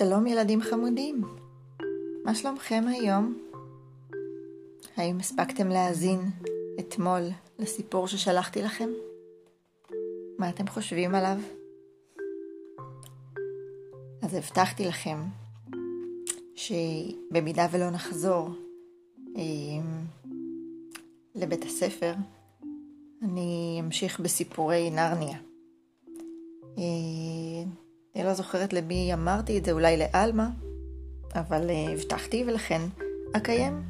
שלום ילדים חמודים, מה שלומכם היום? האם הספקתם להאזין אתמול לסיפור ששלחתי לכם? מה אתם חושבים עליו? אז הבטחתי לכם שבמידה ולא נחזור לבית הספר, אני אמשיך בסיפורי נרניה. אני לא זוכרת למי אמרתי את זה, אולי לאלמה, אבל הבטחתי ולכן אקיים.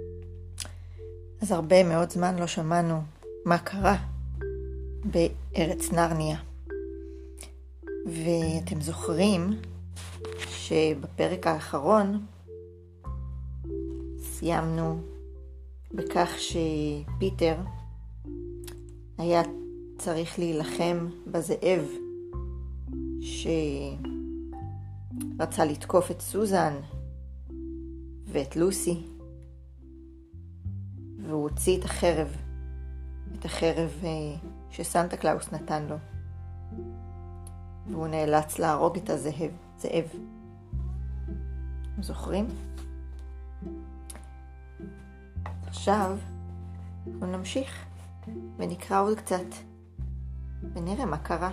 אז הרבה מאוד זמן לא שמענו מה קרה בארץ נרניה. ואתם זוכרים שבפרק האחרון סיימנו בכך שפיטר היה צריך להילחם בזאב שרצה לתקוף את סוזן ואת לוסי, והוא הוציא את החרב שסנטה קלאוס נתן לו, והוא נאלץ להרוג את הזאב. זוכרים? עכשיו אנחנו נמשיך ונקרא עוד קצת ונראה מה קרה.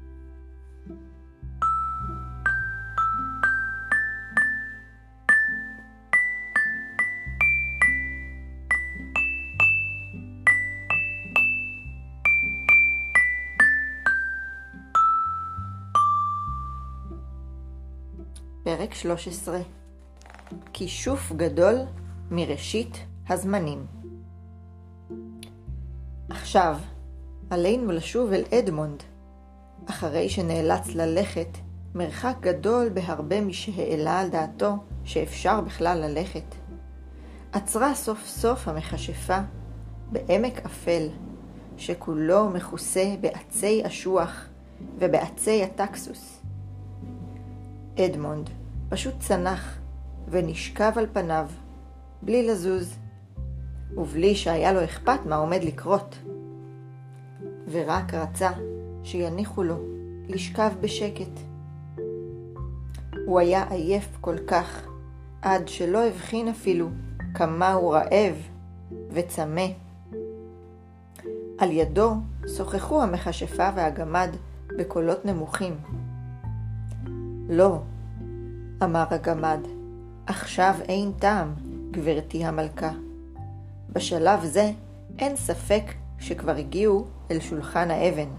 פרק 13. כישוף גדול מראשית הזמנים. עכשיו עלינו לשוב אל אדמונד, אחרי שנאלץ ללכת מרחק גדול בהרבה משהעלה על דעתו שאפשר בכלל ללכת. עצרה סוף סוף המכשפה בעמק אפל, שכולו מכוסה בעצי אשוח ובעצי הטקסוס. אדמונד פשוט צנח ונשכב על פניו, בלי לזוז, ובלי שהיה לו אכפת מה עומד לקרות. ורק רצה שיניחו לו לשכב בשקט. הוא היה עייף כל כך, עד שלא הבחין אפילו כמה הוא רעב וצמא. על ידו שוחחו המכשפה והגמד בקולות נמוכים. לא, אמר הגמד, עכשיו אין טעם, גברתי המלכה. בשלב זה אין ספק שכבר הגיעו אל שולחן האבן.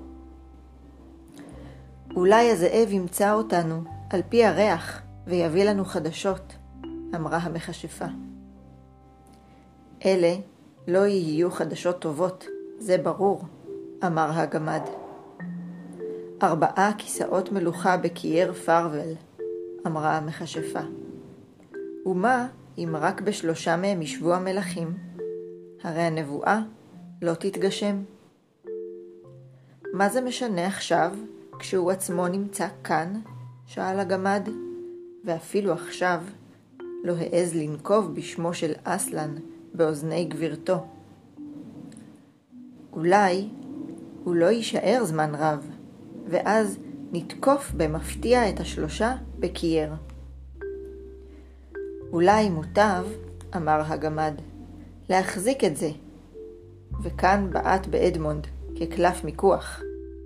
אולי הזאב ימצא אותנו על פי הריח ויביא לנו חדשות, אמרה המכשפה. אלה לא יהיו חדשות טובות, זה ברור, אמר הגמד. 4 כיסאות מלוכה בקייר פרוול, אמרה המכשפה. ומה אם רק ב3 מהם ישבו המלכים? הרי הנבואה לא תתגשם. מה זה משנה עכשיו כשהוא עצמו נמצא כאן? שאל הגמד, ואפילו עכשיו לא העז לנקוב בשמו של אסלן באוזני גבירתו. אולי הוא לא יישאר זמן רב, ואז נתקוף במפתיע את 3 בקייר. אולי מוטב, אמר הגמד, להחזיק את זה. וכאן בעט באדמונד כקלף מיקוח.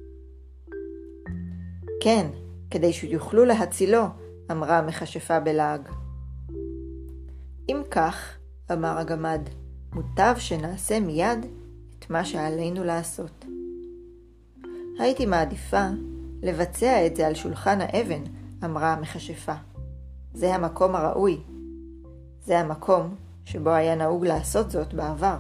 כן, כדי שיוכלו להצילו, אמרה המכשפה בלעג. אם כך, אמר הגמד, מוטב שנעשה מיד את מה שעלינו לעשות. הייתי מעדיפה לבצע את זה על שולחן האבן, אמרה המכשפה. זה המקום הראוי. זה המקום שבו היה נהוג לעשות זאת בעבר.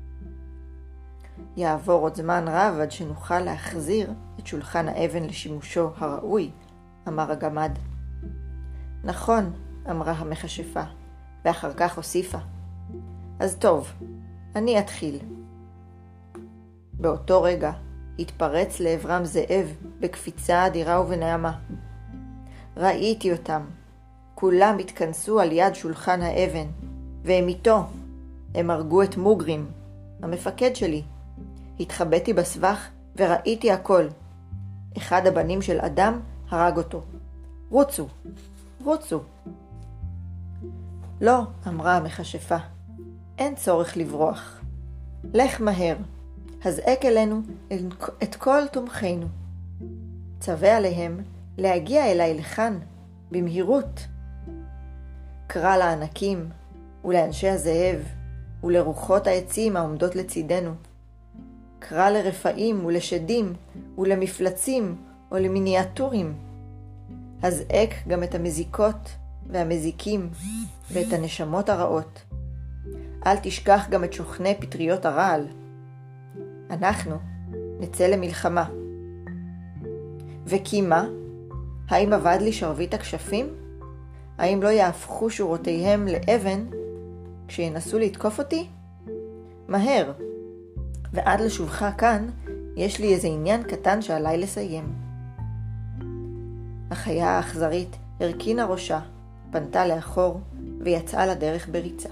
יעבור עוד זמן רב עד שנוכל להחזיר את שולחן האבן לשימושו הראוי, אמר הגמד. נכון, אמרה המכשפה, ואחר כך הוסיפה. אז טוב, אני אתחיל. באותו רגע התפרץ לעברם זאב בקפיצה אדירה ובנעמה. ראיתי אותם. כולם התכנסו על יד שולחן האבן, והם איתו. הם הרגו את מוגרים, המפקד שלי. התחבאתי בסבך וראיתי הכל. אחד הבנים של אדם הרג אותו. רוצו. רוצו. לא, אמרה המכשפה, אין צורך לברוח. לך מהר, הזעק אלינו את כל תומכינו. צווה עליהם להגיע אליי לכאן, במהירות. קרא לענקים ולאנשי הזאב ולרוחות העצים העומדות לצידנו. קרא לרפאים ולשדים ולמפלצים ולמיניאטורים. הזעק גם את המזיקות והמזיקים ואת הנשמות הרעות. אל תשכח גם את שוכני פטריות הרעל. אנחנו נצא למלחמה. וכי מה? האם עבד לי שרביט הכשפים? האם לא יהפכו שורותיהם לאבן כשינסו לתקוף אותי? מהר, ועד לשובך כאן יש לי איזה עניין קטן שעליי לסיים. החיה האכזרית הרכינה ראשה, פנתה לאחור ויצאה לדרך בריצה.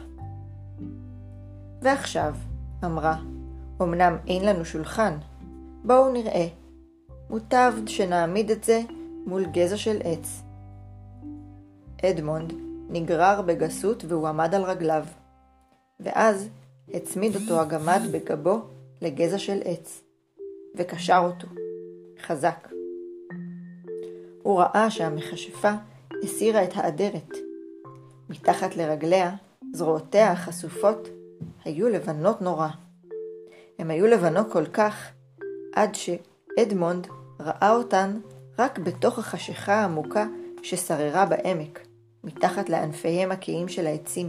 ועכשיו, אמרה, אמנם אין לנו שולחן, בואו נראה. מוטב שנעמיד את זה מול גזע של עץ. אדמונד נגרר בגסות והוא עמד על רגליו, ואז הצמיד אותו הגמד בגבו לגזע של עץ, וקשר אותו, חזק. הוא ראה שהמכשפה הסירה את האדרת. מתחת לרגליה, זרועותיה החשופות היו לבנות נורא. הם היו לבנות כל כך, עד שאדמונד ראה אותן רק בתוך החשיכה העמוקה ששררה בעמק, מתחת לענפיהם הקיים של העצים.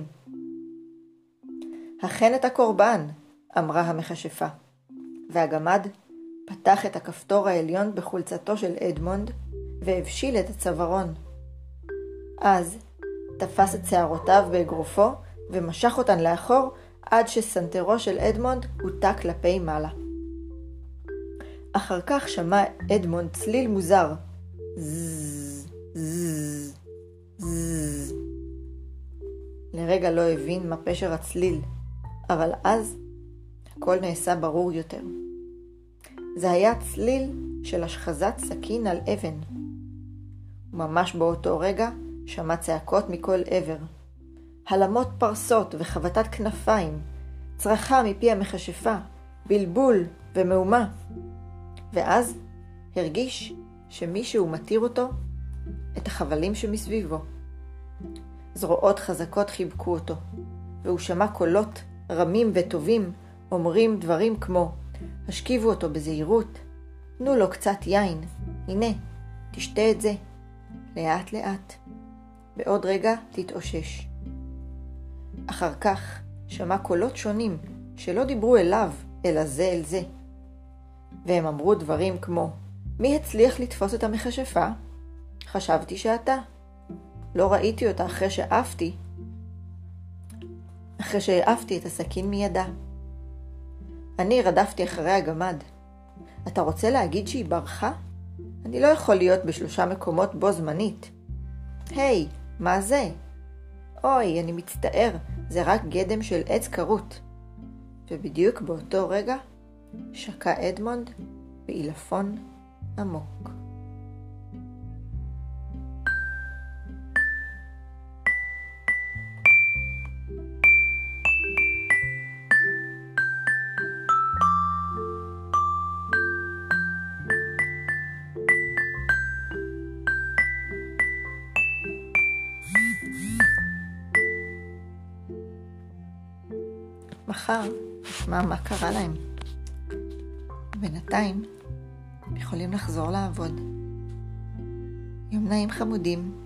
הכן את הקורבן, אמרה המכשפה, והגמד פתח את הכפתור העליון בחולצתו של אדמונד, והבשיל את הצווארון. אז תפס את שערותיו באגרופו, ומשך אותן לאחור, עד שסנטרו של אדמונד הוטה כלפי מעלה. אחר כך שמע אדמונד צליל מוזר. זז, זז, זז. לרגע לא הבין מה פשר הצליל, אבל אז הכל נעשה ברור יותר. זה היה צליל של השחזת סכין על אבן. ממש באותו רגע שמע צעקות מכל עבר. הלמות פרסות וחבטת כנפיים, צרחה מפי המכשפה, בלבול ומהומה. ואז הרגיש שמישהו מתיר אותו את החבלים שמסביבו. זרועות חזקות חיבקו אותו, והוא שמע קולות רמים וטובים אומרים דברים כמו, השכיבו אותו בזהירות, תנו לו קצת יין, הנה, תשתה את זה, לאט לאט, בעוד רגע תתאושש. אחר כך שמע קולות שונים שלא דיברו אליו, אלא זה אל זה. והם אמרו דברים כמו, מי הצליח לתפוס את המכשפה? חשבתי שאתה. לא ראיתי אותה אחרי שהעפתי את הסכין מידה. אני רדפתי אחרי הגמד. אתה רוצה להגיד שהיא ברחה? אני לא יכול להיות בשלושה מקומות בו זמנית. היי, מה זה? אוי, אני מצטער, זה רק גדם של עץ קרוט. ובדיוק באותו רגע שקע אדמונד בעילפון עמוק. מחר נשמע מה קרה להם. בינתיים יכולים לחזור לעבוד. יום נעים חמודים.